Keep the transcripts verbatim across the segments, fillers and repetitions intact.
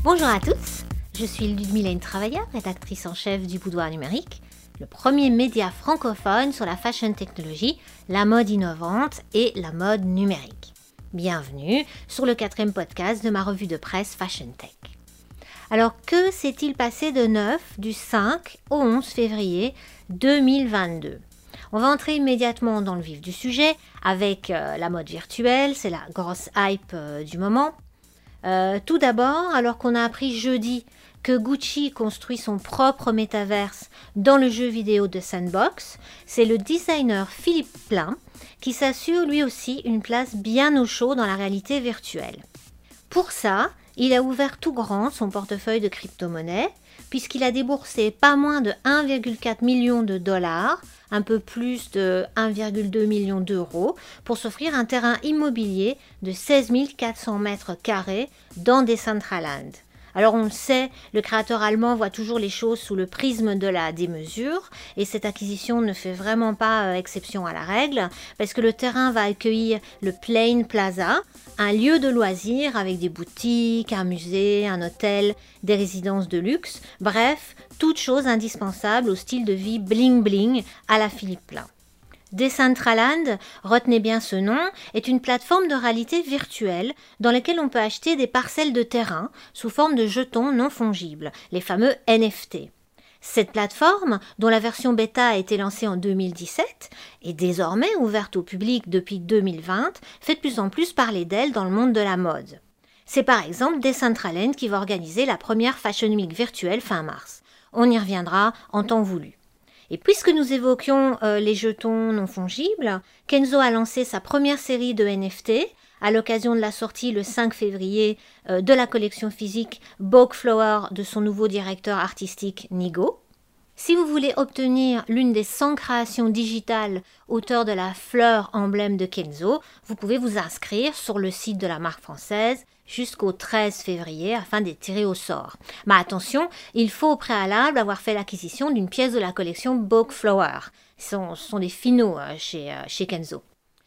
Bonjour à tous, je suis Ludmila Travailla, rédactrice en chef du Boudoir Numérique, le premier média francophone sur la fashion technologie, la mode innovante et la mode numérique. Bienvenue sur le quatrième podcast de ma revue de presse Fashion Tech. Alors, que s'est-il passé de neuf du cinq au onze février deux mille vingt-deux ? On va entrer immédiatement dans le vif du sujet avec euh, la mode virtuelle, c'est la grosse hype euh, du moment. Euh, tout d'abord, alors qu'on a appris jeudi que Gucci construit son propre métaverse dans le jeu vidéo de Sandbox, c'est le designer Philippe Plein qui s'assure lui aussi une place bien au chaud dans la réalité virtuelle. Pour ça, il a ouvert tout grand son portefeuille de crypto-monnaies puisqu'il a déboursé pas moins de un virgule quatre million de dollars, un peu plus de un virgule deux million d'euros, pour s'offrir un terrain immobilier de seize mille quatre cents mètres carrés dans Decentraland. Alors on le sait, le créateur allemand voit toujours les choses sous le prisme de la démesure et cette acquisition ne fait vraiment pas euh, exception à la règle parce que le terrain va accueillir le Plain Plaza, un lieu de loisirs avec des boutiques, un musée, un hôtel, des résidences de luxe, bref, toute chose indispensable au style de vie bling bling à la Philippe Plein. Decentraland, retenez bien ce nom, est une plateforme de réalité virtuelle dans laquelle on peut acheter des parcelles de terrain sous forme de jetons non fongibles, les fameux N F T. Cette plateforme, dont la version bêta a été lancée en deux mille dix-sept, est désormais ouverte au public depuis deux mille vingt, fait de plus en plus parler d'elle dans le monde de la mode. C'est par exemple Decentraland qui va organiser la première Fashion Week virtuelle fin mars. On y reviendra en temps voulu. Et puisque nous évoquions euh, les jetons non fongibles, Kenzo a lancé sa première série de N F T à l'occasion de la sortie le cinq février euh, de la collection physique Bogue Flower de son nouveau directeur artistique Nigo. Si vous voulez obtenir l'une des cent créations digitales auteur de la fleur emblème de Kenzo, vous pouvez vous inscrire sur le site de la marque française jusqu'au treize février afin d'être tiré au sort. Mais attention, il faut au préalable avoir fait l'acquisition d'une pièce de la collection Bogue Flower. Ce sont, ce sont des finaux euh, chez, euh, chez Kenzo.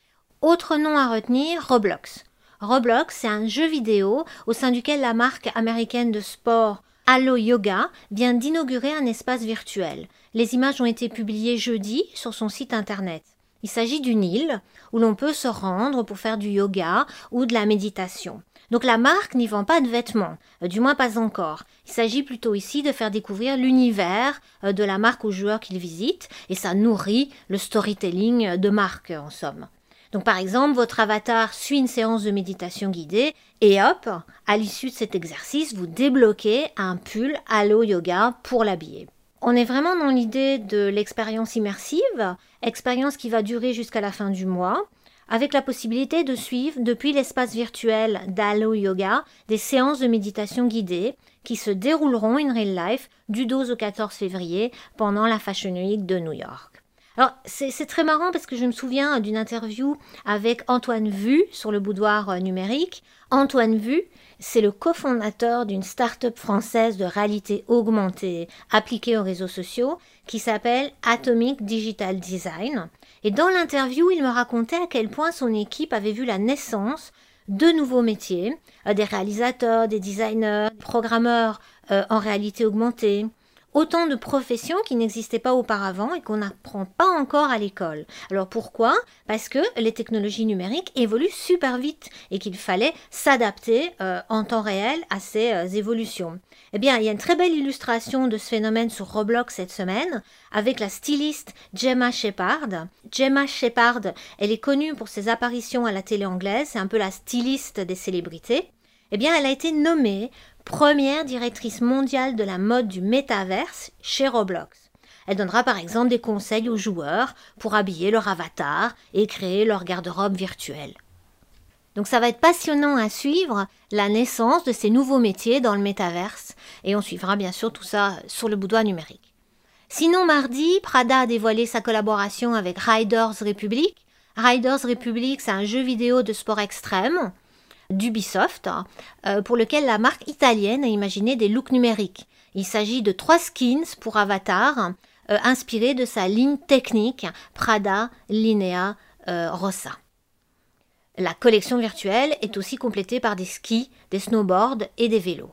Autre nom à retenir, Roblox. Roblox, c'est un jeu vidéo au sein duquel la marque américaine de sport Halo Yoga vient d'inaugurer un espace virtuel. Les images ont été publiées jeudi sur son site internet. Il s'agit d'une île où l'on peut se rendre pour faire du yoga ou de la méditation. Donc la marque n'y vend pas de vêtements, euh, du moins pas encore. Il s'agit plutôt ici de faire découvrir l'univers euh, de la marque aux joueurs qu'ils visitent et ça nourrit le storytelling de marque en somme. Donc par exemple, votre avatar suit une séance de méditation guidée et hop, à l'issue de cet exercice, vous débloquez un pull Halo Yoga pour l'habiller. On est vraiment dans l'idée de l'expérience immersive, expérience qui va durer jusqu'à la fin du mois, avec la possibilité de suivre depuis l'espace virtuel d'Halo Yoga des séances de méditation guidée qui se dérouleront in real life du douze au quatorze février pendant la Fashion Week de New York. Alors, c'est, c'est très marrant parce que je me souviens d'une interview avec Antoine Vu sur le Boudoir Numérique. Antoine Vu, c'est le cofondateur d'une start-up française de réalité augmentée appliquée aux réseaux sociaux qui s'appelle Atomic Digital Design. Et dans l'interview, il me racontait à quel point son équipe avait vu la naissance de nouveaux métiers, euh, des réalisateurs, des designers, des programmeurs euh, en réalité augmentée. Autant de professions qui n'existaient pas auparavant et qu'on n'apprend pas encore à l'école. Alors pourquoi ? Parce que les technologies numériques évoluent super vite et qu'il fallait s'adapter euh, en temps réel à ces euh, évolutions. Eh bien, il y a une très belle illustration de ce phénomène sur Roblox cette semaine avec la styliste Gemma Shepard. Gemma Shepard, elle est connue pour ses apparitions à la télé anglaise, c'est un peu la styliste des célébrités. Eh bien, elle a été nommée première directrice mondiale de la mode du métaverse chez Roblox. Elle donnera par exemple des conseils aux joueurs pour habiller leur avatar et créer leur garde-robe virtuelle. Donc ça va être passionnant à suivre la naissance de ces nouveaux métiers dans le métaverse et on suivra bien sûr tout ça sur le Boudoir Numérique. Sinon mardi, Prada a dévoilé sa collaboration avec Riders Republic. Riders Republic, c'est un jeu vidéo de sport extrême d'Ubisoft, euh, pour lequel la marque italienne a imaginé des looks numériques. Il s'agit de trois skins pour avatar, euh, inspirés de sa ligne technique Prada Linea euh, Rossa. La collection virtuelle est aussi complétée par des skis, des snowboards et des vélos.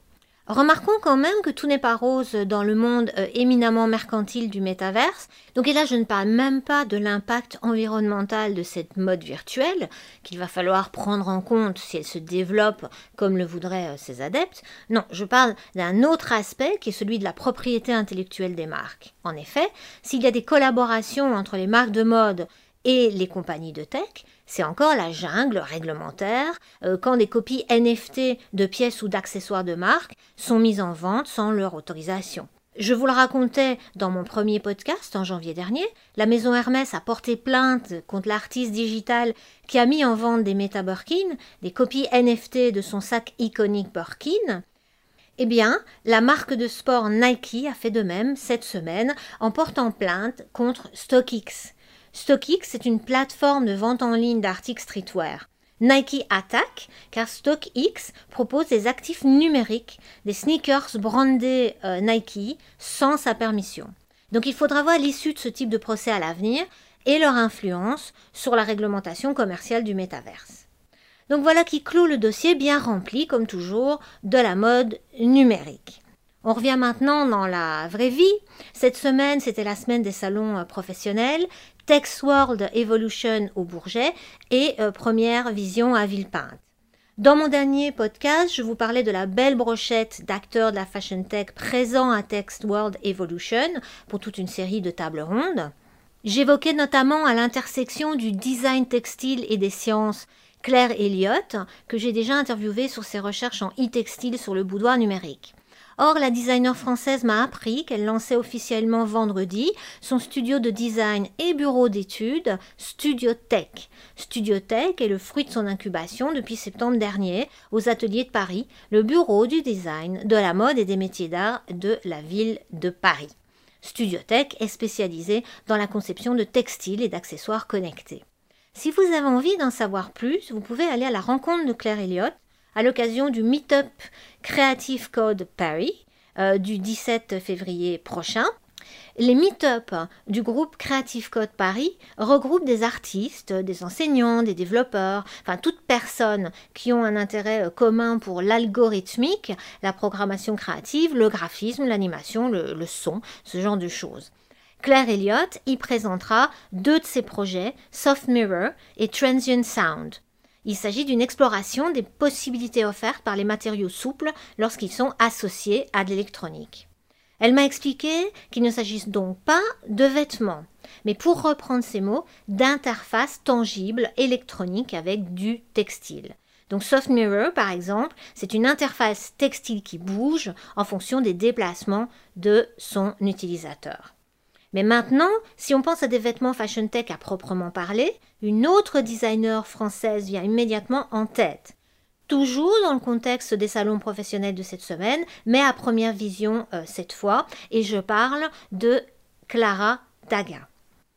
Remarquons quand même que tout n'est pas rose dans le monde euh, éminemment mercantile du métaverse. Donc et là, je ne parle même pas de l'impact environnemental de cette mode virtuelle qu'il va falloir prendre en compte si elle se développe comme le voudraient euh, ses adeptes. Non, je parle d'un autre aspect qui est celui de la propriété intellectuelle des marques. En effet, s'il y a des collaborations entre les marques de mode et les compagnies de tech, c'est encore la jungle réglementaire euh, quand des copies N F T de pièces ou d'accessoires de marque sont mises en vente sans leur autorisation. Je vous le racontais dans mon premier podcast en janvier dernier, la maison Hermès a porté plainte contre l'artiste digital qui a mis en vente des Meta Birkin, des copies N F T de son sac iconique Birkin. Eh bien, la marque de sport Nike a fait de même cette semaine en portant plainte contre StockX. StockX est une plateforme de vente en ligne d'articles streetwear. Nike attaque car StockX propose des actifs numériques, des sneakers brandés euh, Nike sans sa permission. Donc il faudra voir l'issue de ce type de procès à l'avenir et leur influence sur la réglementation commerciale du métaverse. Donc voilà qui clôt le dossier bien rempli, comme toujours, de la mode numérique. On revient maintenant dans la vraie vie. Cette semaine, c'était la semaine des salons professionnels, Tex World Evolution au Bourget et euh, Première Vision à Villepinte. Dans mon dernier podcast, je vous parlais de la belle brochette d'acteurs de la fashion tech présents à Tex World Evolution pour toute une série de tables rondes. J'évoquais notamment à l'intersection du design textile et des sciences Claire Elliott, que j'ai déjà interviewée sur ses recherches en e-textile sur le boudoir numérique. Or, la designer française m'a appris qu'elle lançait officiellement vendredi son studio de design et bureau d'études Studio Tech. Studio Tech est le fruit de son incubation depuis septembre dernier aux ateliers de Paris, le bureau du design, de la mode et des métiers d'art de la ville de Paris. Studio Tech est spécialisé dans la conception de textiles et d'accessoires connectés. Si vous avez envie d'en savoir plus, vous pouvez aller à la rencontre de Claire Elliott à l'occasion du Meetup Creative Code Paris euh, du dix-sept février prochain. Les Meetup du groupe Creative Code Paris regroupent des artistes, des enseignants, des développeurs, enfin toutes personnes qui ont un intérêt commun pour l'algorithmique, la programmation créative, le graphisme, l'animation, le, le son, ce genre de choses. Claire Elliott y présentera deux de ses projets, Soft Mirror et Transient Sound. Il s'agit d'une exploration des possibilités offertes par les matériaux souples lorsqu'ils sont associés à de l'électronique. Elle m'a expliqué qu'il ne s'agisse donc pas de vêtements, mais pour reprendre ces mots, d'interfaces tangibles électroniques avec du textile. Donc Soft Mirror, par exemple, c'est une interface textile qui bouge en fonction des déplacements de son utilisateur. Mais maintenant, si on pense à des vêtements fashion tech à proprement parler, une autre designer française vient immédiatement en tête. Toujours dans le contexte des salons professionnels de cette semaine, mais à première vision euh, cette fois, et je parle de Clara Daguin.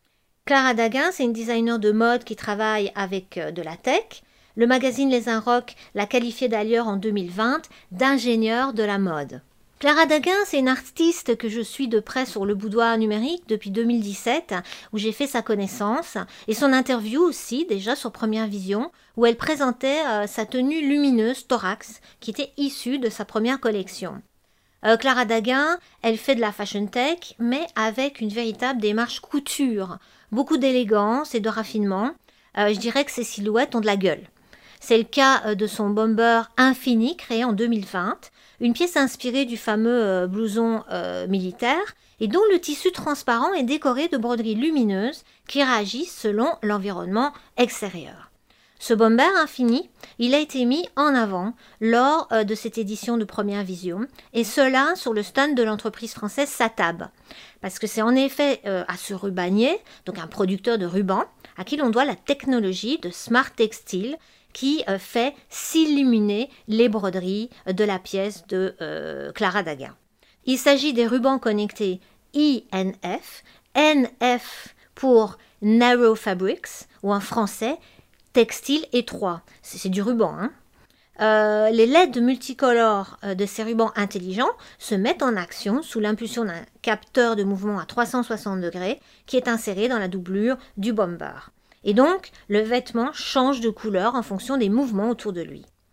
Clara Daguin, c'est une designer de mode qui travaille avec euh, de la tech. Le magazine Les Inrocks l'a qualifiée d'ailleurs en deux mille vingt d'ingénieure de la mode. Clara Daguin, c'est une artiste que je suis de près sur le boudoir numérique depuis deux mille dix-sept, où j'ai fait sa connaissance, et son interview aussi, déjà sur Première Vision, où elle présentait euh, sa tenue lumineuse Thorax, qui était issue de sa première collection. Euh, Clara Daguin, elle fait de la fashion tech, mais avec une véritable démarche couture, beaucoup d'élégance et de raffinement. Euh, je dirais que ses silhouettes ont de la gueule. C'est le cas de son bomber Infini, créé en deux mille vingt, une pièce inspirée du fameux euh, blouson euh, militaire et dont le tissu transparent est décoré de broderies lumineuses qui réagissent selon l'environnement extérieur. Ce bomber Infini, il a été mis en avant lors euh, de cette édition de Première Vision, et cela sur le stand de l'entreprise française Satab, parce que c'est en effet euh, à ce rubanier, donc un producteur de rubans, à qui l'on doit la technologie de Smart Textile, qui euh, fait s'illuminer les broderies de la pièce de euh, Clara Daguin. Il s'agit des rubans connectés I N F, N F pour Narrow Fabrics, ou en français, textile étroit. C'est, c'est du ruban, hein. Euh, les L E D multicolores euh, de ces rubans intelligents se mettent en action sous l'impulsion d'un capteur de mouvement à trois cent soixante degrés qui est inséré dans la doublure du bomber. Et donc, le vêtement change de couleur en fonction des mouvements autour de lui.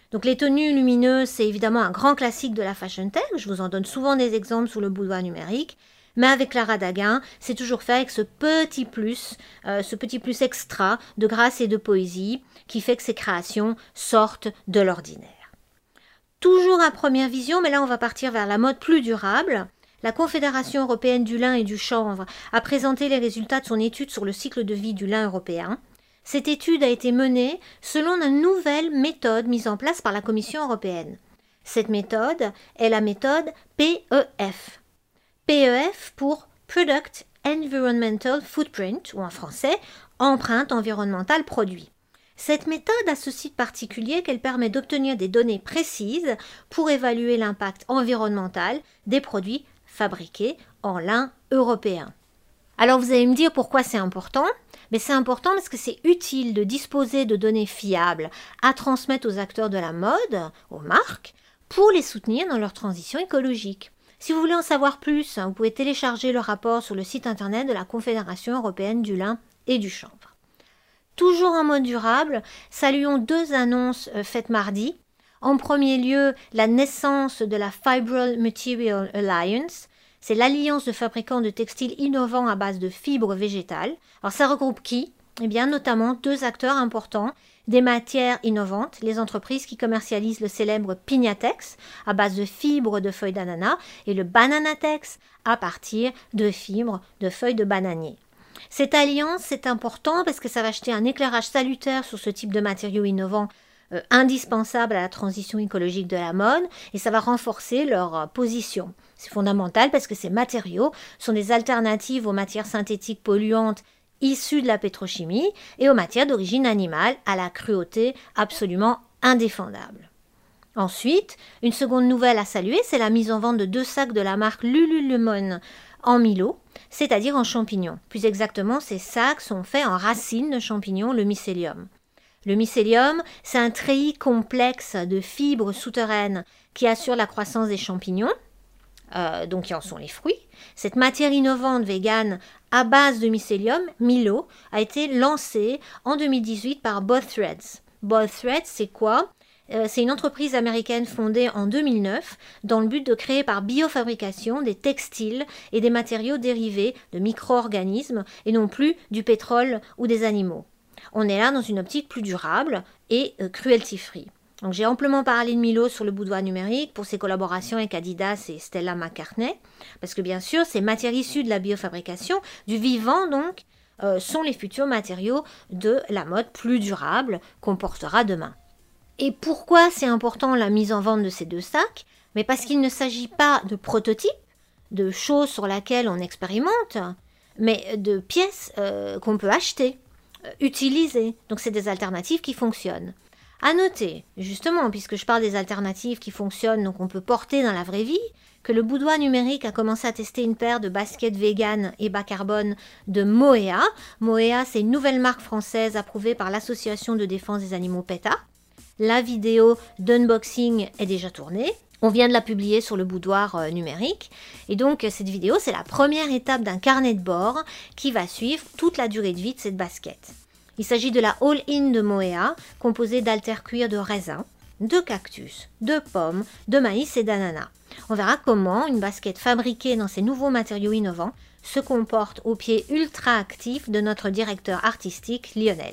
Donc les tenues lumineuses, c'est évidemment un grand classique de la fashion tech. Je vous en donne souvent des exemples sous le boudoir numérique. Mais avec Clara Daguin, c'est toujours fait avec ce petit plus, euh, ce petit plus extra de grâce et de poésie qui fait que ces créations sortent de l'ordinaire. Toujours à première vision, mais là on va partir vers la mode plus durable. La Confédération européenne du lin et du chanvre a présenté les résultats de son étude sur le cycle de vie du lin européen. Cette étude a été menée selon une nouvelle méthode mise en place par la Commission européenne. Cette méthode est la méthode P E F. P E F pour Product Environmental Footprint, ou en français, empreinte environnementale produit. Cette méthode a ce site particulier qu'elle permet d'obtenir des données précises pour évaluer l'impact environnemental des produits fabriqués en lin européen. Alors vous allez me dire pourquoi c'est important? Mais c'est important parce que c'est utile de disposer de données fiables à transmettre aux acteurs de la mode, aux marques, pour les soutenir dans leur transition écologique. Si vous voulez en savoir plus, vous pouvez télécharger le rapport sur le site internet de la Confédération européenne du lin et du chanvre. Toujours en mode durable, saluons deux annonces faites mardi. En premier lieu, la naissance de la Fibril Material Alliance. C'est l'alliance de fabricants de textiles innovants à base de fibres végétales. Alors ça regroupe qui? Eh bien notamment deux acteurs importants des matières innovantes, les entreprises qui commercialisent le célèbre Pignatex à base de fibres de feuilles d'ananas et le Bananatex à partir de fibres de feuilles de bananier. Cette alliance, c'est important parce que ça va jeter un éclairage salutaire sur ce type de matériaux innovants euh, indispensables à la transition écologique de la mode et ça va renforcer leur euh, position. C'est fondamental parce que ces matériaux sont des alternatives aux matières synthétiques polluantes issues de la pétrochimie et aux matières d'origine animale à la cruauté absolument indéfendable. Ensuite, une seconde nouvelle à saluer, c'est la mise en vente de deux sacs de la marque Lululemon en Milo, c'est-à-dire en champignons. Plus exactement, ces sacs sont faits en racines de champignons, le mycélium. Le mycélium, c'est un treillis complexe de fibres souterraines qui assure la croissance des champignons, euh, donc qui en sont les fruits. Cette matière innovante végane à base de mycélium, Milo, a été lancée en deux mille dix-huit par BothThreads. BothThreads, c'est quoi ? Euh, c'est une entreprise américaine fondée en deux mille neuf dans le but de créer par biofabrication des textiles et des matériaux dérivés de micro-organismes et non plus du pétrole ou des animaux. On est là dans une optique plus durable et euh, cruelty-free. Donc j'ai amplement parlé de Milo sur le boudoir numérique pour ses collaborations avec Adidas et Stella McCartney, parce que bien sûr ces matières issues de la biofabrication, du vivant donc, euh, sont les futurs matériaux de la mode plus durable qu'on portera demain. Et pourquoi c'est important la mise en vente de ces deux sacs? Mais parce qu'il ne s'agit pas de prototypes, de choses sur lesquelles on expérimente, mais de pièces euh, qu'on peut acheter, euh, utiliser. Donc c'est des alternatives qui fonctionnent. À noter, justement, puisque je parle des alternatives qui fonctionnent, donc on peut porter dans la vraie vie, que le boudoir numérique a commencé à tester une paire de baskets véganes et bas carbone de Moea. Moea, c'est une nouvelle marque française approuvée par l'Association de défense des animaux PETA. La vidéo d'unboxing est déjà tournée. On vient de la publier sur le boudoir euh, numérique. Et donc, cette vidéo, c'est la première étape d'un carnet de bord qui va suivre toute la durée de vie de cette basket. Il s'agit de la All-In de Moea, composée d'altercuir de raisin, de cactus, de pommes, de maïs et d'ananas. On verra comment une basket fabriquée dans ces nouveaux matériaux innovants se comporte au pied ultra actif de notre directeur artistique Lionel.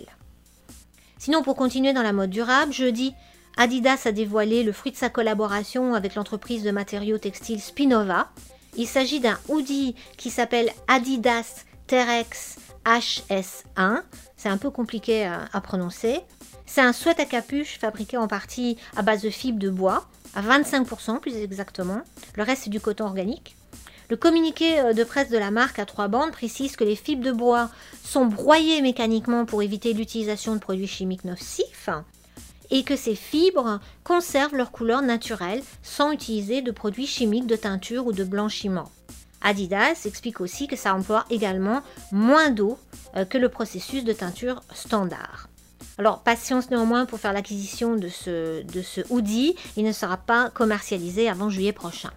Sinon, pour continuer dans la mode durable, jeudi, Adidas a dévoilé le fruit de sa collaboration avec l'entreprise de matériaux textiles Spinova. Il s'agit d'un hoodie qui s'appelle Adidas Terex H S un. C'est un peu compliqué à, à prononcer. C'est un sweat à capuche fabriqué en partie à base de fibres de bois, à vingt-cinq pour cent plus exactement. Le reste, c'est du coton organique. Le communiqué de presse de la marque à trois bandes précise que les fibres de bois sont broyées mécaniquement pour éviter l'utilisation de produits chimiques nocifs et que ces fibres conservent leur couleur naturelle sans utiliser de produits chimiques de teinture ou de blanchiment. Adidas explique aussi que ça emploie également moins d'eau que le processus de teinture standard. Alors, patience néanmoins pour faire l'acquisition de ce, de ce hoodie, il ne sera pas commercialisé avant juillet prochain.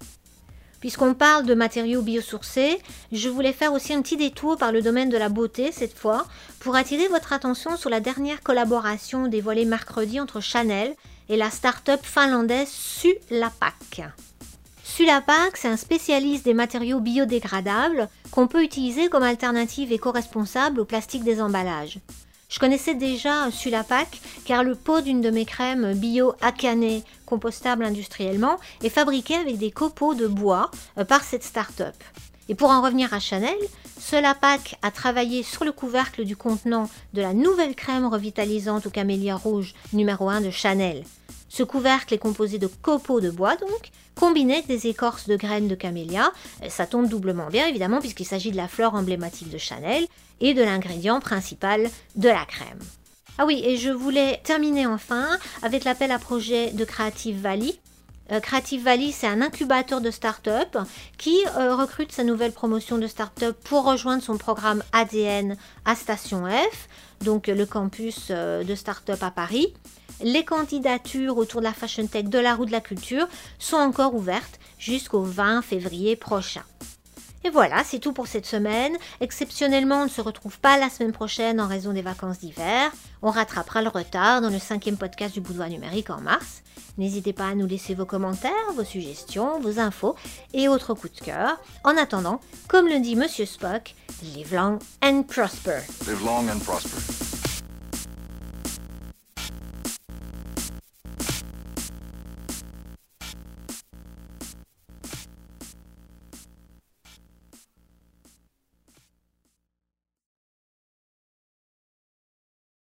Puisqu'on parle de matériaux biosourcés, je voulais faire aussi un petit détour par le domaine de la beauté cette fois, pour attirer votre attention sur la dernière collaboration dévoilée mercredi entre Chanel et la start-up finlandaise Sulapak. Sulapak, c'est un spécialiste des matériaux biodégradables qu'on peut utiliser comme alternative éco-responsable au plastique des emballages. Je connaissais déjà Sulapak car le pot d'une de mes crèmes bio Akane, compostable industriellement, est fabriqué avec des copeaux de bois par cette start-up. Et pour en revenir à Chanel, Sulapak a travaillé sur le couvercle du contenant de la nouvelle crème revitalisante aux camélias rouges numéro un de Chanel. Ce couvercle est composé de copeaux de bois donc, combinés avec des écorces de graines de camélia. Ça tombe doublement bien évidemment puisqu'il s'agit de la fleur emblématique de Chanel et de l'ingrédient principal de la crème. Ah oui, et je voulais terminer enfin avec l'appel à projet de Creative Valley. Euh, Creative Valley, c'est un incubateur de start-up qui euh, recrute sa nouvelle promotion de start-up pour rejoindre son programme A D N à Station F, donc le campus euh, de start-up à Paris. Les candidatures autour de la Fashion Tech de la roue de la culture sont encore ouvertes jusqu'au vingt février prochain. Et voilà, c'est tout pour cette semaine. Exceptionnellement, on ne se retrouve pas la semaine prochaine en raison des vacances d'hiver. On rattrapera le retard dans le cinquième podcast du Boudoir numérique en mars. N'hésitez pas à nous laisser vos commentaires, vos suggestions, vos infos et autres coups de cœur. En attendant, comme le dit Monsieur Spock, live long and prosper. Live long and prosper.